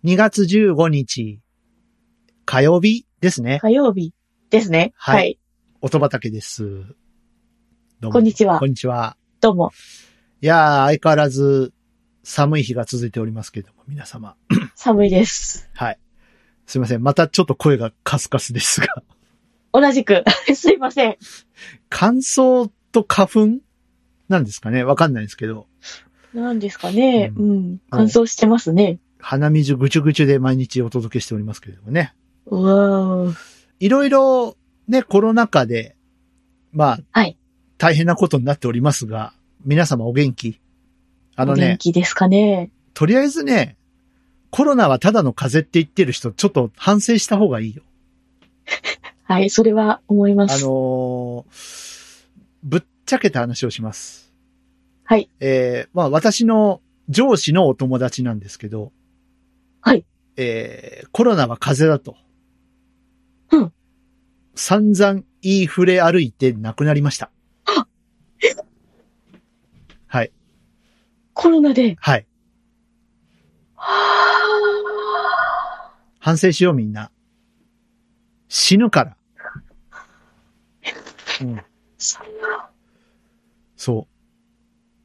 2月15日、火曜日ですね。 火曜日ですね。 はい。 はい。 音畑です。どうも。 こんにちは。 こんにちは。 どうも。 いやー、相変わらず寒い日が続いておりますけれども、皆様。 寒いです。 はい。すいません。またちょっと声がカスカスですが。 同じく。すいません。 乾燥と花粉なんですかね。わかんないですけど。 何ですかね。 ううん。乾燥してますね。 鼻水ぐちゅぐちゅで毎日お届けしておりますけれどもね。 うわー。 いろいろね、コロナ禍で、まあ、 はい。 大変なことになっておりますが、皆様お元気？ お元気ですかね。 とりあえずね、コロナはただの風邪って言ってる人、ちょっと反省した方がいいよ。 はい、それは思います。 ぶっちゃけた話をします。 はい。 まあ私の上司のお友達なんですけど、 はい。 コロナは風邪だと。 うん。 散々言い触れ歩いて亡くなりました。はい。 コロナで。 はい。反省しようみんな。死ぬから。うん。そう。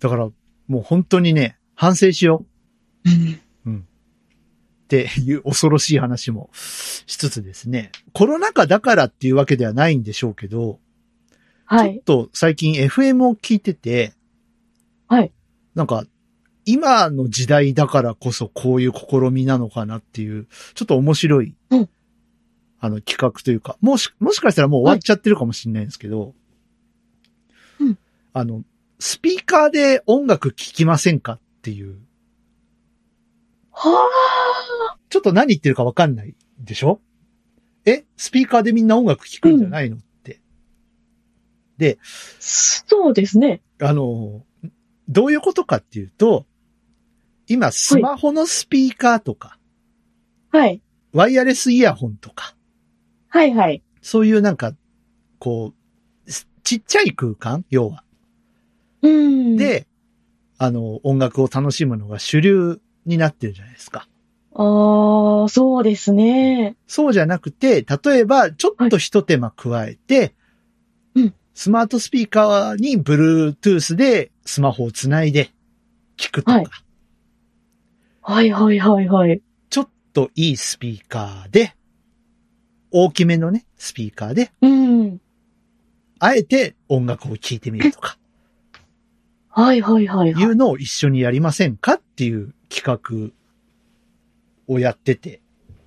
だから、もう本当にね、反省しよう。うん。っていう恐ろしい話もしつつですね。コロナ禍だからっていうわけではないんでしょうけど、 はい。 ちょっと最近 FM を聞いてて、 はい。 なんか、今の時代だからこそこういう試みなのかなっていう、ちょっと面白い、 うん、 企画というか、もしかしたらもう終わっちゃってるかもしれないんですけど、 うん、 スピーカーで音楽聴きませんかっていう。 はあ。 ちょっと何言ってるかわかんないでしょ？スピーカーでみんな音楽聴くんじゃないのって。で、 そうですね。 どういうことかっていうと、今スマホのスピーカーとか、 はい。 ワイヤレスイヤホンとか、 はいはい。 そういうなんか、こう、ちっちゃい空間要は。で、音楽を楽しむのが主流になってるじゃないですか。 ああ、そうですね。 そうじゃなくて、例えば、ちょっと一手間加えて、 はい、 スマートスピーカーに Bluetooth でスマホをつないで聞くとか、 はいはいはいはい。 ちょっといいスピーカーで、大きめのね、スピーカーで、あえて音楽を聴いてみるとか、 はいはいはいはい。 いうのを一緒にやりませんかっていう企画をやってて。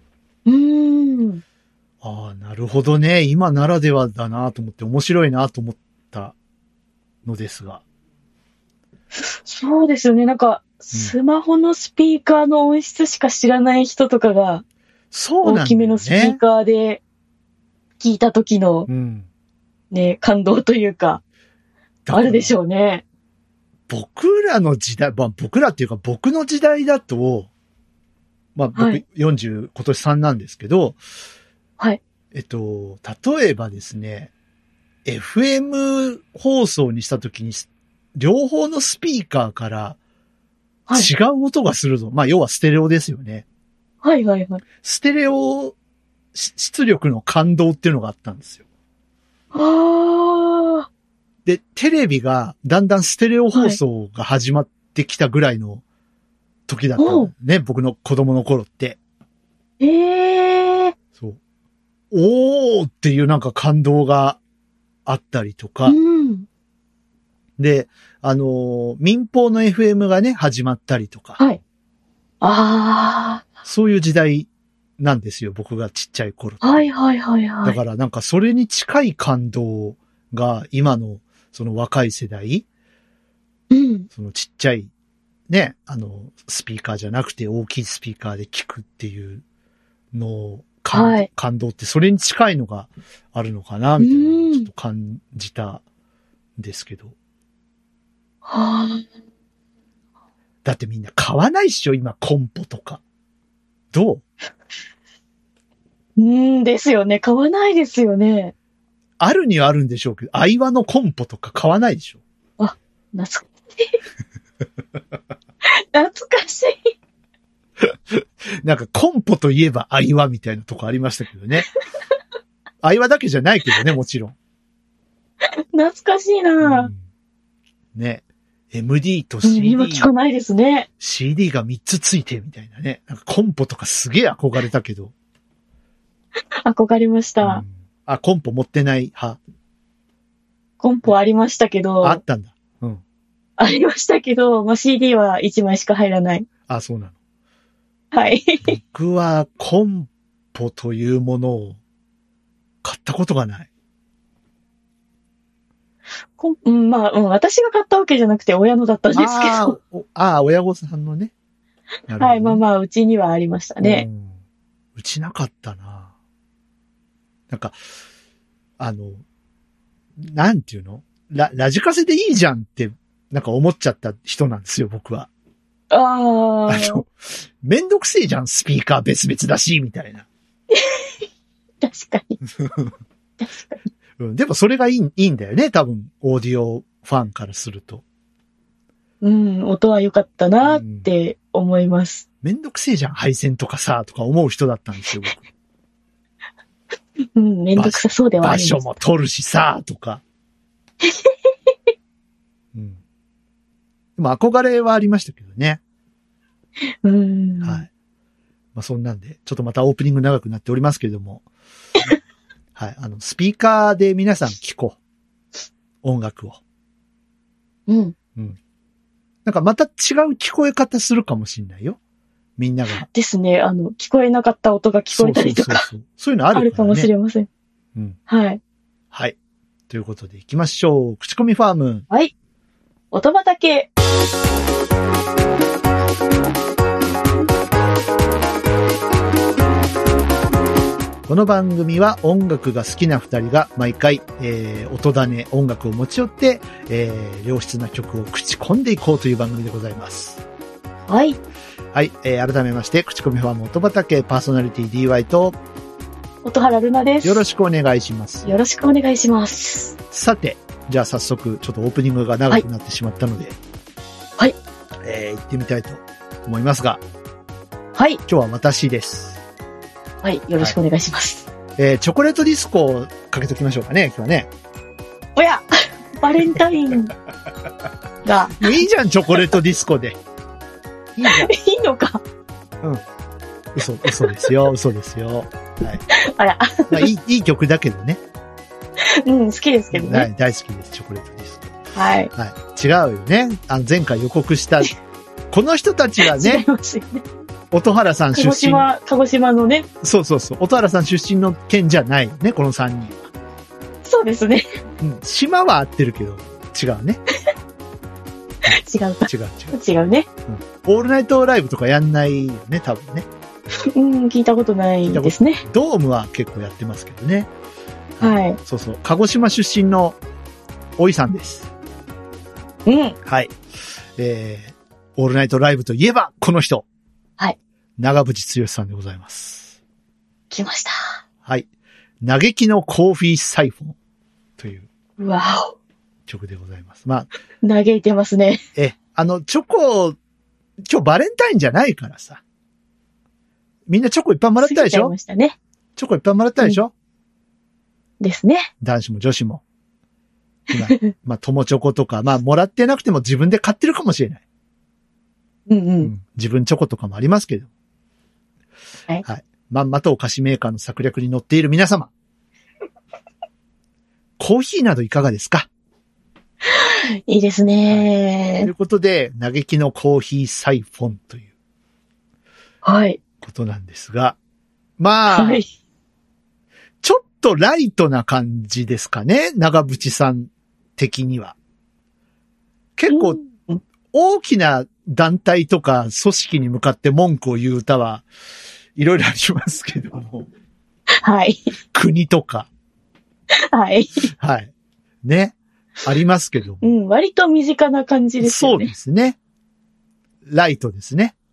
ああ、なるほどね。今ならではだなと思って面白いなと思ったのですが。 そうですよね。なんか、スマホのスピーカーの音質しか知らない人とかが、 そうなんだよね。 大きめのスピーカーで聞いた時の、ね、感動というか、あるでしょうね。 僕らの時代、まあ僕らっていうか僕の時代だと、まあ僕40、今年3なんですけど、 はい。 例えばですね、FM 放送にしたときに、両方のスピーカーから違う音がするぞ。まあ要はステレオですよね。 はいはいはい。 ステレオ出力の感動っていうのがあったんですよ。 ああ。 で、テレビがだんだんステレオ放送が始まってきたぐらいの時だったね、僕の子供の頃って。そう。おーっていうなんか感動があったりとか。で、民放の FM がね、始まったりとか。 はい。ああ。 そういう時代なんですよ、僕がちっちゃい頃って。 はいはいはいはい。 だからなんかそれに近い感動が今のその若い世代、そのちっちゃいね、スピーカーじゃなくて大きいスピーカーで聞くっていうのを感動ってそれに近いのがあるのかなみたいなのをちょっと感じたんですけど。だってみんな買わないっしょ今コンポとか。どうですよね。買わないですよね。 あるにはあるんでしょうけど、アイワのコンポとか買わないでしょ。 あ、懐かしい。懐かしい。 なんかコンポといえばアイワみたいなとこありましたけどね。アイワだけじゃないけどね、もちろん。 懐かしいな、 ね。MD と CD。 今聞かないですね。 CD が3つついてみたいなね。なんかコンポとかすげえ憧れたけど。 憧れました。 あ、コンポ持ってない派。 コンポありましたけど。 あったんだ。うん。 ありましたけど、まあ、CD は1枚しか入らない。 あ、そうなの。 はい。 僕はコンポというものを買ったことがない。 まあ、私が買ったわけじゃなくて親のだったんですけど。 親御さんのね。 ね、はい、まあまあ、うちにはありましたね。 うちなかったな。なんか、なんていうの？ラジカセでいいじゃんって、なんか思っちゃった人なんですよ、僕は。めんどくせえじゃん、スピーカー別々だし、みたいな。 確かに。確かに。でもそれがいいんだよね、多分、オーディオファンからすると。 音は良かったなって思います。 めんどくせえじゃん、配線とかさ、とか思う人だったんですよ、 僕。めんどくさそうではあります。 場所も取るしさ、とか。でも憧れはありましたけどね。はい。まあそんなんで、ちょっとまたオープニング長くなっておりますけれども。はい。スピーカーで皆さん聞こう。音楽を。なんかまた違う聞こえ方するかもしんないよ。みんなが。 ですね。聞こえなかった音が聞こえたりとか。 そういうのあるからね。 あるかもしれません。はい。 はい。ということで行きましょう。口コミファーム。 はい。音畑。 この番組は音楽が好きな二人が毎回、音種、音楽を持ち寄って、良質な曲を口コんでいこうという番組でございます。 はい。 はい。改めまして、口コミファーム音畑パーソナリティ DY と、 音原ルナです。 よろしくお願いします。 よろしくお願いします。 さて、じゃあ早速、ちょっとオープニングが長くなってしまったので、 はい。 行ってみたいと思いますが、 はい。 今日は私です。 はい。よろしくお願いします。 チョコレートディスコをかけときましょうかね、今日はね。 おやバレンタインが。 いいじゃん、チョコレートディスコで。 いいのか。 嘘ですよ、嘘ですよ。はい。 あら。 まあ、いい曲だけどね。 好きですけどね。 はい、大好きです、チョコレートディスコ。 はい。 はい。違うよね。前回予告した、この人たちはね、 違いますよね。 音原さん出身。 鹿児島のね。 そう。音原さん出身の県じゃないよね、この3人は。 そうですね。 島は合ってるけど、違うね。 違うか。違うね。 オールナイトライブとかやんないよね、多分ね。 聞いたことないですね。 ドームは結構やってますけどね。 はい。 そう。鹿児島出身のおいさんです。はい。オールナイトライブといえば、この人。 はい。 長渕剛さんでございます。 来ました。 はい。嘆きのコーヒーサイフォンという。 わお。 曲でございます。まあ。 嘆いてますね。 チョコ、今日バレンタインじゃないからさ。みんなチョコいっぱいもらったでしょ？ ましたね。 チョコいっぱいもらったでしょ？ ですね。 男子も女子も。まあ、友チョコとか、まあ、もらってなくても自分で買ってるかもしれない。自分チョコとかもありますけど。 はい。 はい。まんまとお菓子メーカーの策略に乗っている皆様。コーヒーなどいかがですか？ いいですね、 ということで、嘆きのコーヒーサイフォンという。 はい。 ことなんですが。まあ、はい、ちょっとライトな感じですかね。長渕さん的には。結構、大きな団体とか組織に向かって文句を言う歌はいろいろありますけども。 はい。 国とか。 はい。 はい。ね。ありますけども。割と身近な感じですよね。 そうですね。ライトですね。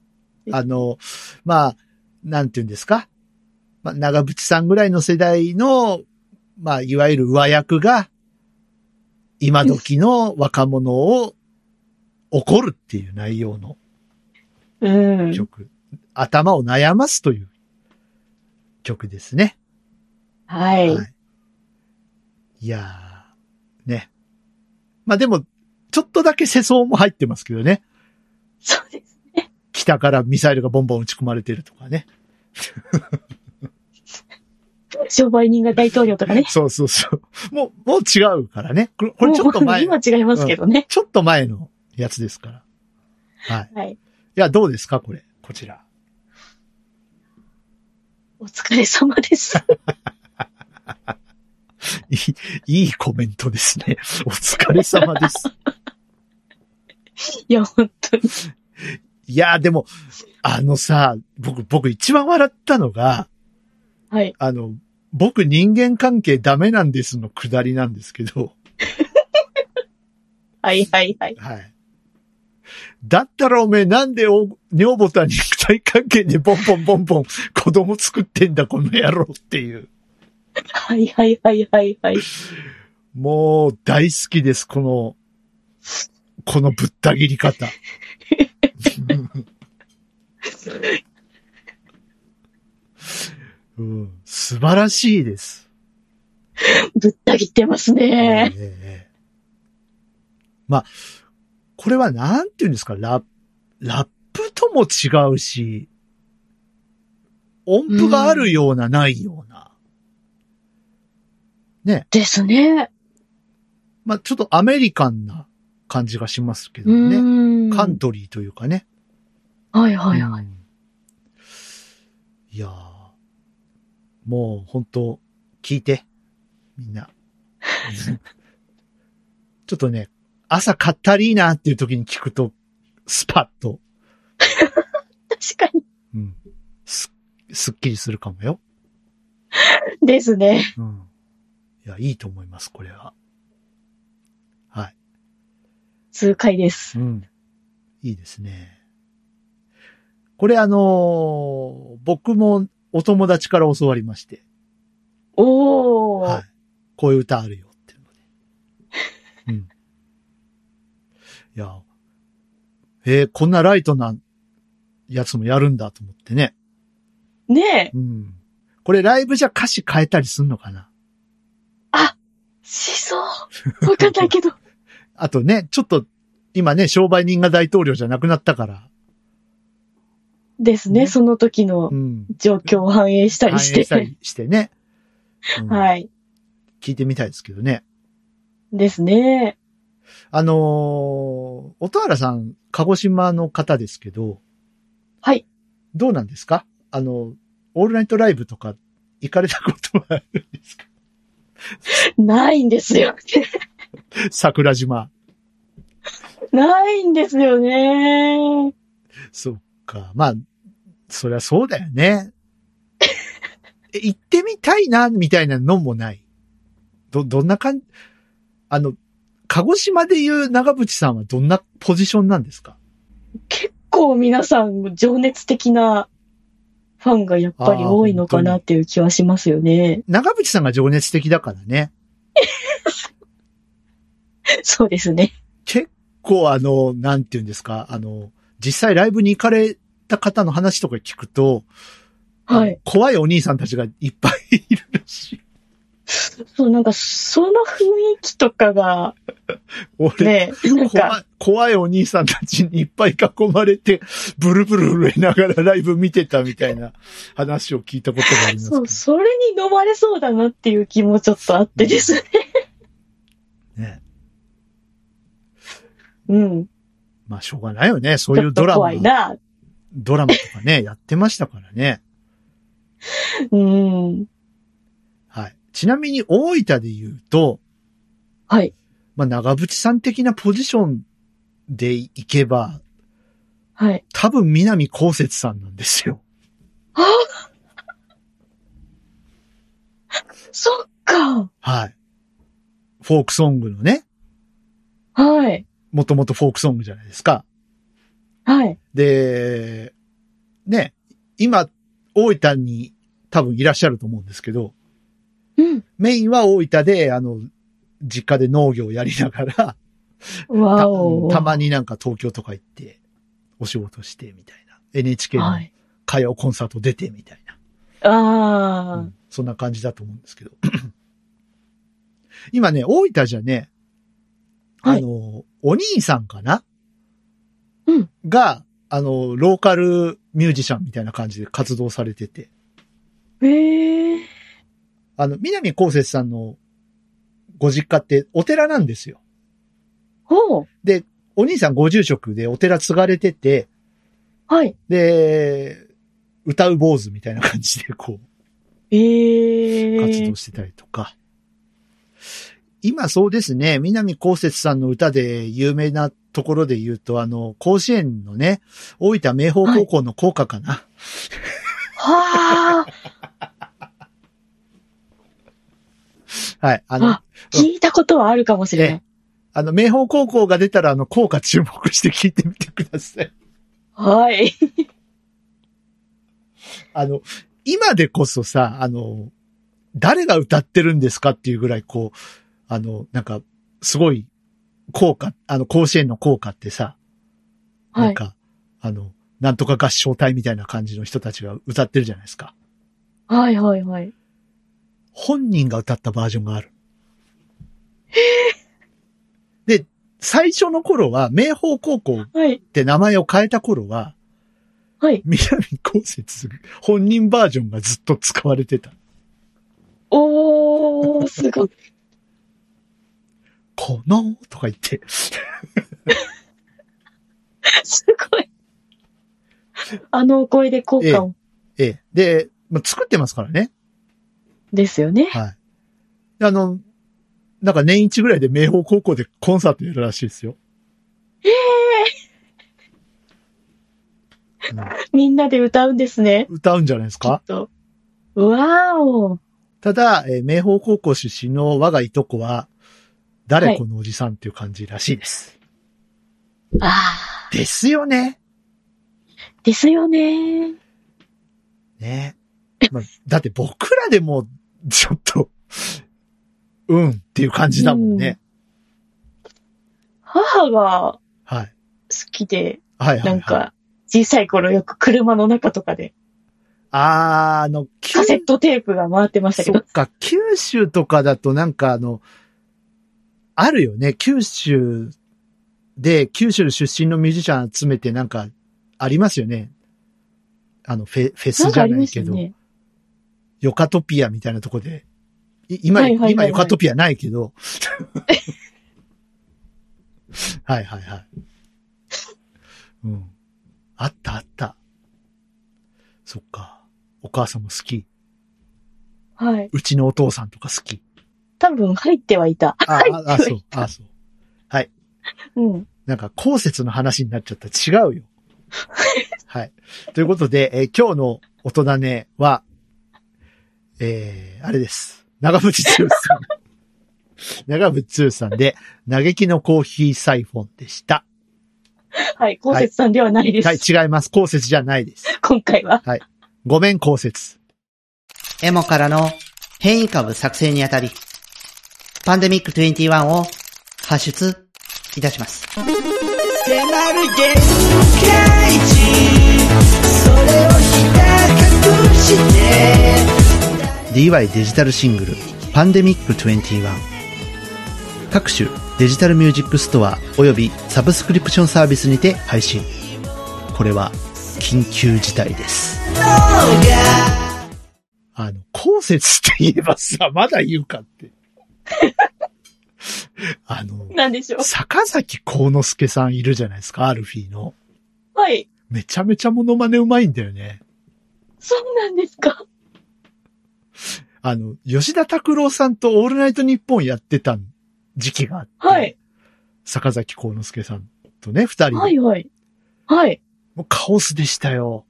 まあ、なんて言うんですか。まあ、長渕さんぐらいの世代の、まあ、いわゆる上役が、今時の若者を怒るっていう内容の曲。 頭を悩ますという曲ですね。 はい。 いやー、ね。まあでも、ちょっとだけ世相も入ってますけどね。 そうですね。 北からミサイルがボンボン撃ち込まれてるとかね。 商売人が大統領とかね。 そうそうそう。もう違うからね。これちょっと前。 今違いますけどね、 ちょっと前のやつですから。はい。はい。いや、どうですかこちら。 お疲れ様です。 いいコメントですね。お疲れ様です。 いや、本当に。 いや、でも、僕一番笑ったのが、 はい。 僕人間関係ダメなんですのくだりなんですけど。 はいはいはい。 はい。だったらおめえなんで女房とは肉体関係でボンボンボンボン子供作ってんだこの野郎っていう。 はいはいはいはいはい。 もう大好きです、このぶった切り方。うん、素晴らしいです。 ぶった切ってますね。 まあ、これはなんて言うんですか、ラップとも違うし、音符があるようなないような。ね。 ですね。 まあ、ちょっとアメリカンな感じがしますけどね。カントリーというかね。 はいはいはい。 いやー。もう本当聞いて。みんな。ちょっとね、朝かったりーなっていう時に聞くと、スパッと。 確かに。 うん。すっきりするかもよ。 ですね。 うん。いや、いいと思います、これは。はい。 痛快です。 うん。いいですね。これ僕もお友達から教わりまして。 おー。 はい。こういう歌あるよっていうので。うん。いや、こんなライトなやつもやるんだと思ってね。 ねえ。 うん。これライブじゃ歌詞変えたりすんのかな？ しそう。わかんないけど。 あとね、ちょっと、今ね、商売人が大統領じゃなくなったから。 ですね、その時の状況を反映したりして。 反映したりしてね。 はい。 聞いてみたいですけどね。ですね。 音原さん、鹿児島の方ですけど。 はい。 どうなんですか？オールナイトライブとか行かれたことはあるんですか？ ないんですよ。 桜島。 ないんですよね。 そっか。まあ、そりゃそうだよね。行ってみたいな、みたいなのもない。どんな感じ、鹿児島でいう長渕さんはどんなポジションなんですか？結構皆さん情熱的なファンがやっぱり多いのかなっていう気はしますよね。 長渕さんが情熱的だからね。 そうですね。 結構なんて言うんですか、実際ライブに行かれた方の話とか聞くと、はい。怖いお兄さんたちがいっぱいいるらしい。 そう、なんか、その雰囲気とかが、 ね、なんか怖いお兄さんたちにいっぱい囲まれて、ブルブル震えながらライブ見てたみたいな話を聞いたことがありますけど。そう、 それに飲まれそうだなっていう気もちょっとあってですね。ね。うん。 まあ、しょうがないよね。そういうドラマ。怖いな。ドラマとかね、やってましたからね。はい。ちなみに大分で言うと、はい。まあ、長渕さん的なポジションでいけば、はい。多分南こうせつさんなんですよ。あそっか。はい。フォークソングのね。はい。もともとフォークソングじゃないですか。はい。で、ね、今、大分に多分いらっしゃると思うんですけど、うん。メインは大分で、実家で農業をやりながら、たまになんか東京とか行って、お仕事してみたいな。NHK の歌謡コンサート出てみたいな。 うん、そんな感じだと思うんですけど。今ね、大分じゃね、 はい、 お兄さんかなうん。 が、ローカルミュージシャンみたいな感じで活動されてて。南こうせつさんのご実家ってお寺なんですよ。 ほう。 で、お兄さんご住職でお寺継がれてて、 はい。 で、歌う坊主みたいな感じでこう、活動してたりとか。今そうですね、南こうせつさんの歌で有名なところで言うと、甲子園のね、大分明豊高校の校歌かな。 はあ。はい。 聞いたことはあるかもしれない。 明豊高校が出たら校歌注目して聞いてみてください。 はい。 今でこそさ、誰が歌ってるんですかっていうぐらいこう、なんか、すごい、校歌、甲子園の校歌ってさ、なんか、はい、なんとか合唱隊みたいな感じの人たちが歌ってるじゃないですか。 はいはいはい。 本人が歌ったバージョンがある。で、最初の頃は、明豊高校って名前を変えた頃は、 はい。 南こうせつ本人バージョンがずっと使われてた。 おー、すごい。 このとか言って。 すごい。声で効果を。 で、作ってますからね。 ですよね。 はい。なんか年一ぐらいで明豊高校でコンサートやるらしいですよ。 うん、みんなで歌うんですね。 歌うんじゃないですか。 うわーお。 ただ、明豊高校出身の我がいとこは、誰このおじさんっていう感じらしいです。 はい、ああ。 ですよね。 ですよね。 ね。だって僕らでも、ちょっと、うんっていう感じだもんね。 母が、 はい。 好きで、 はいはい、はい。 なんか、小さい頃よく車の中とかで。カセットテープが回ってましたけど。 そっか、九州とかだとなんかあるよね。九州で、九州出身のミュージシャン集めてなんか、ありますよね。フェスじゃないけど。ね、ヨカトピアみたいなとこで。今ヨカトピアないけど。はいはいはい。うん。あったあった。そっか。お母さんも好き。 はい。 うちのお父さんとか好き。 多分入ってはいた。 そう。はい。 うん。 なんか、後節の話になっちゃった。違うよ。はい。ということで、今日の大人ねは、あれです。長渕剛さん。長渕剛さんで、嘆きのコーヒーサイフォンでした。 はい、後節さんではないです。 はい、違います。後節じゃないです。 今回は。 はい。ごめん、後節。 エモからの変異株作成にあたり、パンデミック21を発出いたします。迫る限界値、それをひた隠して DY デジタルシングルパンデミック21、各種デジタルミュージックストアおよびサブスクリプションサービスにて配信。これは緊急事態です。 後節って言えばさ、まだ言うかって。 何でしょう。 坂崎幸之助さんいるじゃないですか、アルフィーの。 はい。 めちゃめちゃモノマネうまいんだよね。 そうなんですか。 吉田拓郎さんとオールナイトニッポンやってた時期があって。 はい。 坂崎幸之助さんとね、二人で。 はいはい。はい。 もうカオスでしたよ。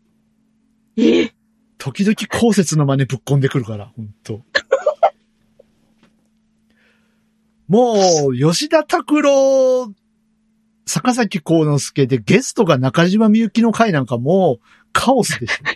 時々後節の真似ぶっ込んでくるから、ほんと。もう、吉田拓郎、坂崎幸之助でゲストが中島みゆきの回なんかもう、カオスでした。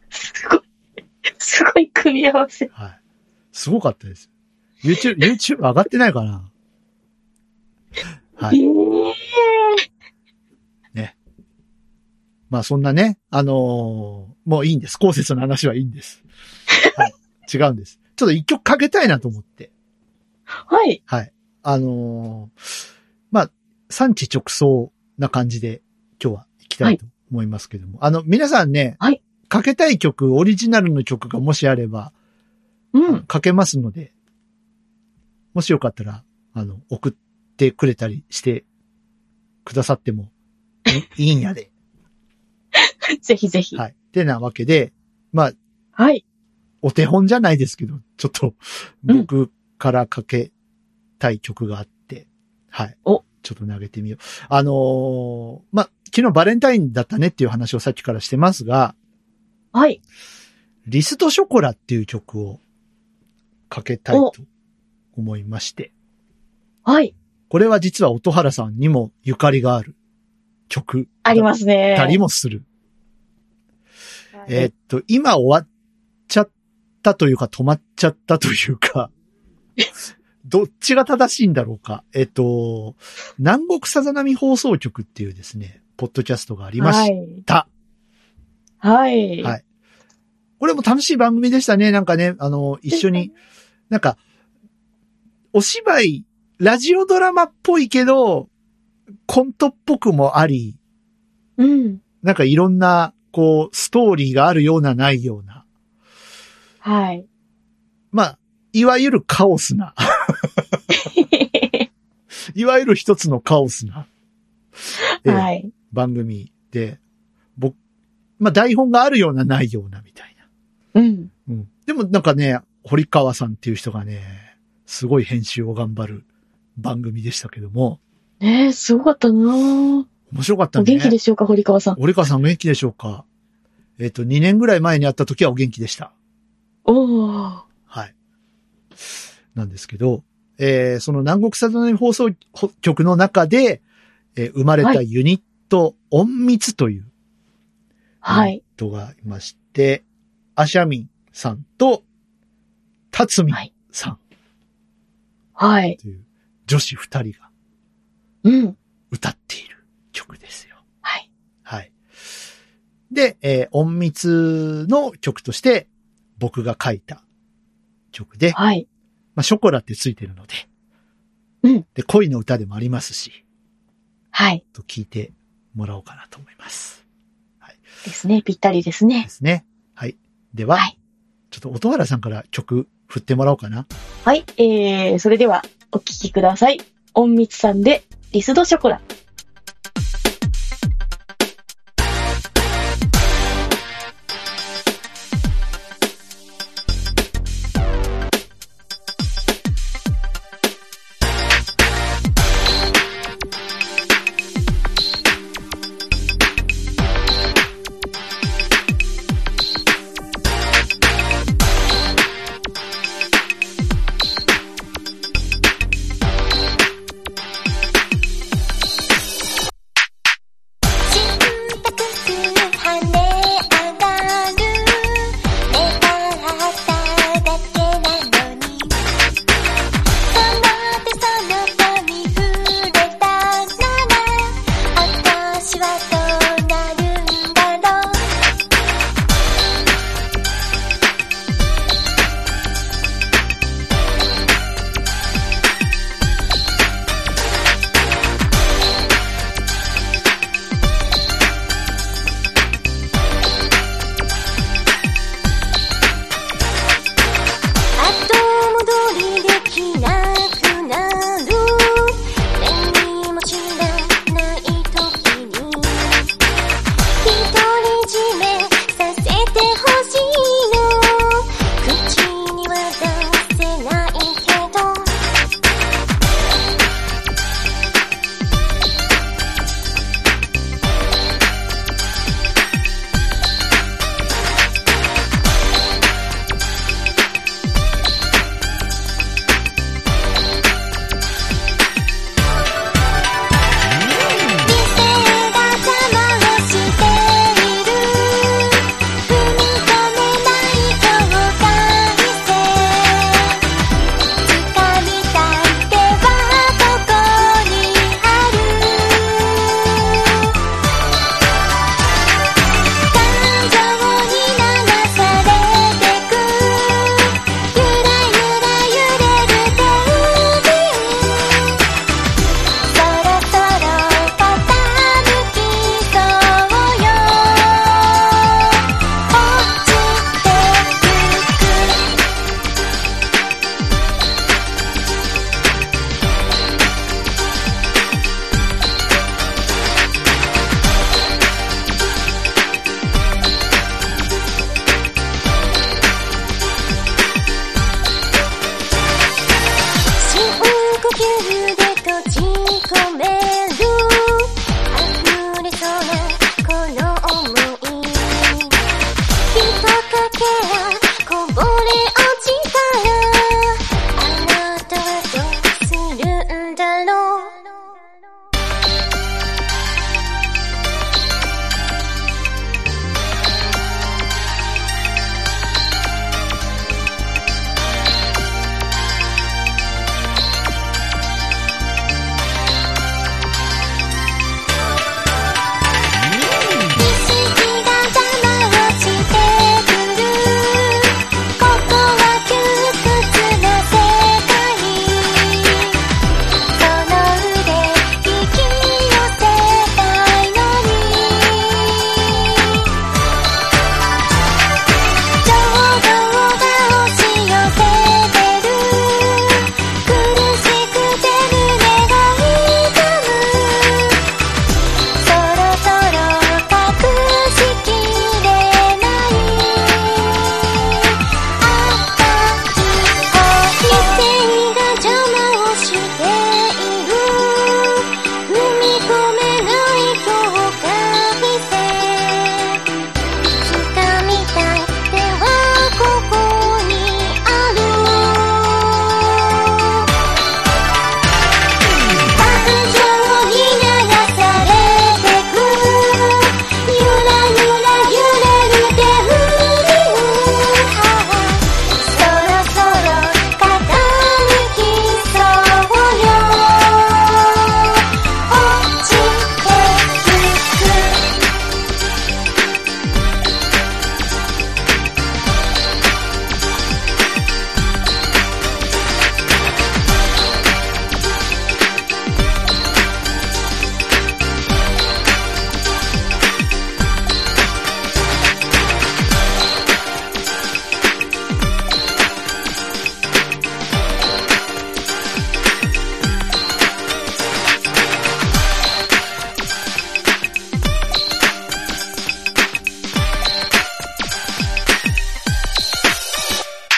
すごい組み合わせ。 はい。すごかったです。YouTube 上がってないかな。はい。ね。 まあそんなね、もういいんです。後節の話はいいんです。はい。違うんです。ちょっと一曲かけたいなと思って。 はい。 はい。まあ、産地直送な感じで今日は行きたいと思いますけども。はい、皆さんね、はい。かけたい曲、オリジナルの曲がもしあれば、うん。かけますので、もしよかったら、送ってくれたりしてくださってもいいんやで。 ぜひぜひ。 はい。ってなわけで、まあ、 はい。 お手本じゃないですけど、ちょっと僕からかけたい曲があって、はい。ちょっと投げてみよう。まあ、昨日バレンタインだったねっていう話をさっきからしてますが、 はい。 リストショコラっていう曲をかけたいと思いまして。 はい。 これは実は音原さんにもゆかりがある曲。 ありますね。 たりもする。はい、今終わっちゃったというか止まっちゃったというか、どっちが正しいんだろうか。南国さざ波放送局っていうですね、ポッドキャストがありました。 はい。 はい。これも楽しい番組でしたね。なんかね、一緒に、なんか、お芝居、ラジオドラマっぽいけど、コントっぽくもあり、 うん。 なんかいろんな、こう、ストーリーがあるようなないような。 はい。 まあ、いわゆるカオスな。いわゆる一つのカオスな、 はい。 番組で、まあ台本があるようなないようなみたいな。うん。 うん。でもなんかね、堀川さんっていう人がね、すごい編集を頑張る番組でしたけども。 すごかったなぁ。 面白かったね。 お元気でしょうか、堀川さん。 堀川さん元気でしょうか。2年ぐらい前に会った時はお元気でした。 おー。 はい。なんですけど、その南国サザナ放送局の中で、生まれたユニット、隠密というユニットがいまして、アシャミンさんと、タツミンさん。 はい。 という女子二人が、歌っている曲ですよ。 はい。 はい。で、隠密の曲として、僕が書いた曲で、 はい。 まあ、ショコラってついてるので、 うん。 で、恋の歌でもありますし、 はい。 と聞いてもらおうかなと思います。 はい。ですね。ぴったりですね。 ですね。はい。では、はい、ちょっと音原さんから曲振ってもらおうかな。 はい。それではお聴きください。隠密さんでリスドショコラ。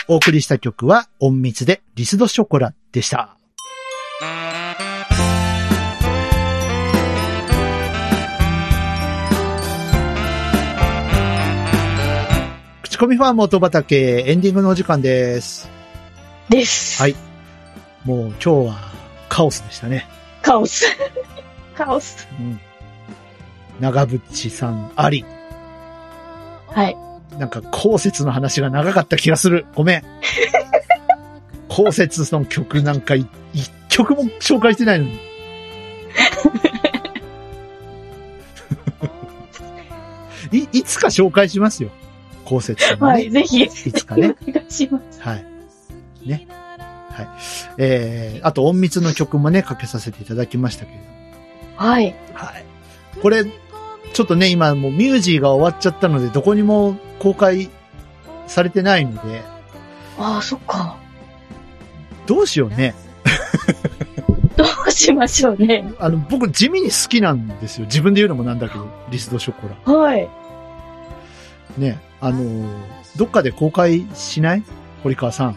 お送りした曲は、隠密でリスドショコラでした。口コミファーム音畑エンディングのお時間です。 です。 はい。もう今日はカオスでしたね。 カオス。カオス。 うん。長渕さんあり。 はい。 なんか、後節の話が長かった気がする。ごめん。後節の曲なんか一曲も紹介してないのに。いつか紹介しますよ。後節、ね。 はい、ぜひ。いつかね。 お願いします。 はい。ね。はい。あと、隠密の曲もね、かけさせていただきましたけれども。 はい。 はい。これ、ちょっとね、今もうミュージーが終わっちゃったので、どこにも公開されてないので。 ああ、そっか。 どうしようね。 どうしましょうね。 僕地味に好きなんですよ。自分で言うのもなんだけど、リスドショコラ。 はい。 ね、どっかで公開しない？堀川さん。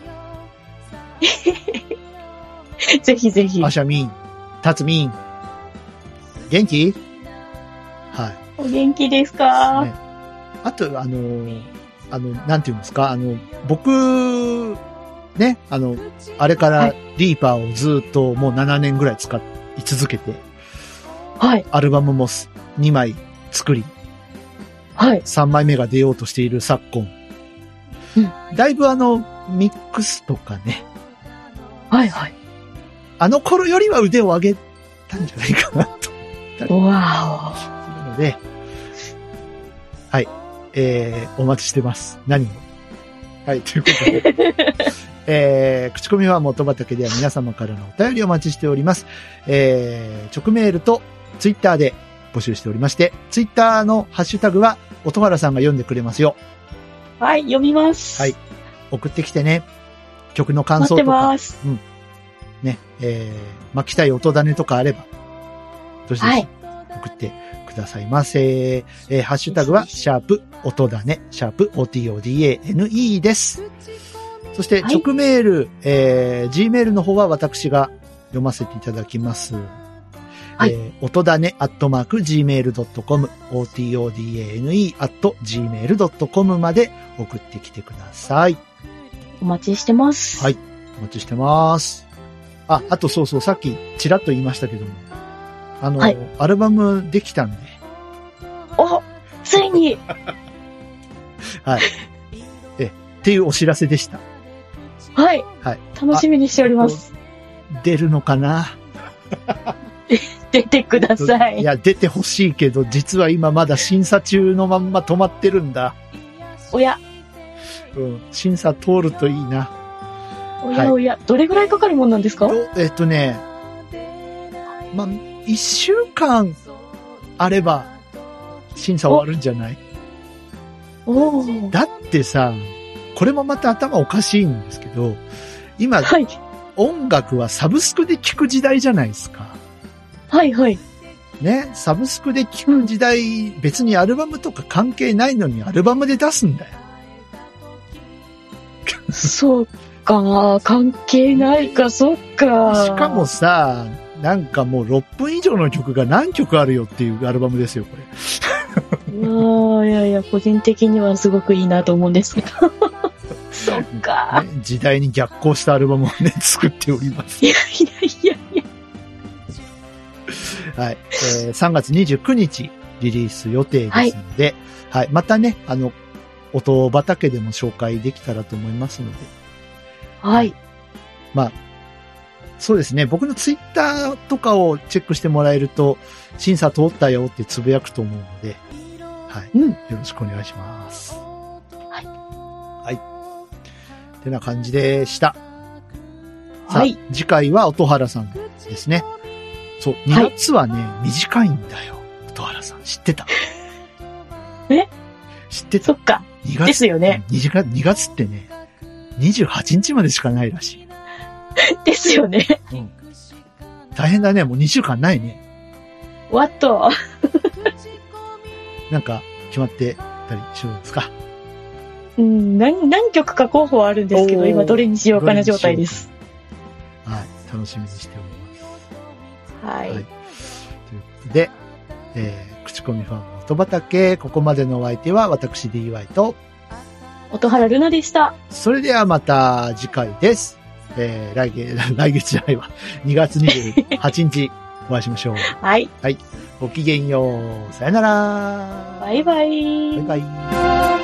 ぜひぜひ。 アシャミン、タツミン。元気？はい。 お元気ですか？ ね、あと、なんていうんですか、僕、ね、あれからリーパーをずっともう7年ぐらい使い続けて、 はい。 アルバムも2枚作り、 はい。 3枚目が出ようとしている昨今。 うん。 だいぶミックスとかね。 はいはい。 あの頃よりは腕を上げたんじゃないかなと。 わー。するので、はい。お待ちしてます。何を。はい、ということで。口コミは元畑では皆様からのお便りをお待ちしております。直メールとツイッターで募集しておりまして、ツイッターのハッシュタグは音原さんが読んでくれますよ。 はい、読みます。 はい。送ってきてね。曲の感想とか。 待ってます。 うん。ね、巻きたい音種とかあれば、どしどし送ってくださいませ。ハッシュタグは、シャープ音種、シャープ OTODANE です。そして、直メール、Gmail の方は私が読ませていただきます。はい。音種@gmail.com、otodane@gmail.com まで送ってきてください。 お待ちしてます。 はい。お待ちしてます。あとそうそう、さっきちらっと言いましたけども、はい、アルバムできたんで。 お、ついにはい。っていうお知らせでした。 はい。 はい。 楽しみにしております。 出るのかな出てください。 いや、出てほしいけど、実は今まだ審査中のまんま止まってるんだ。 おや。 うん。審査通るといいな。 おやおや、はい、どれぐらいかかるもんなんですか？ まあ、1週間あれば、審査終わるんじゃない？ おだってさ、これもまた頭おかしいんですけど、今、はい、音楽はサブスクで聴く時代じゃないですか。 はいはい。 ね、サブスクで聴く時代、別にアルバムとか関係ないのにアルバムで出すんだよ。 そうか、関係ないか、そっか。 しかもさ、なんかもう6分以上の曲が何曲あるよっていうアルバムですよ、これ。 いやいや、個人的にはすごくいいなと思うんですけど。そっか、 ね。時代に逆行したアルバムをね、作っております。 いやいやいやいや。はい。3月29日リリース予定ですので、はい。またね、音畑でも紹介できたらと思いますので。 はい。 まあ、そうですね。僕のツイッターとかをチェックしてもらえると、審査通ったよってつぶやくと思うので、はい。よろしくお願いします。 はい。 はい。ってな感じでした。 はい。 さあ、次回は音原さんですね。そう、2月はね、短いんだよ。音原さん。知ってた？知ってた？ そっか。 2月ですよね。 2月ってね、28日までしかないらしい。 ですよね。 うん。大変だね。もう2週間ないね。 わっと。 なんか、決まってたりするんですか？ 何曲か候補はあるんですけど、今どれにしようかな状態です。 はい。楽しみにしております。はい。ということで、口コミファンの音畑、ここまでのお相手は私 DY と、 音原ルナでした。 それではまた次回です。来月じゃないわ。2月28日お会いしましょう。 はい。 はい。ごきげんよう。さよなら。 バイバイ。 バイバイ。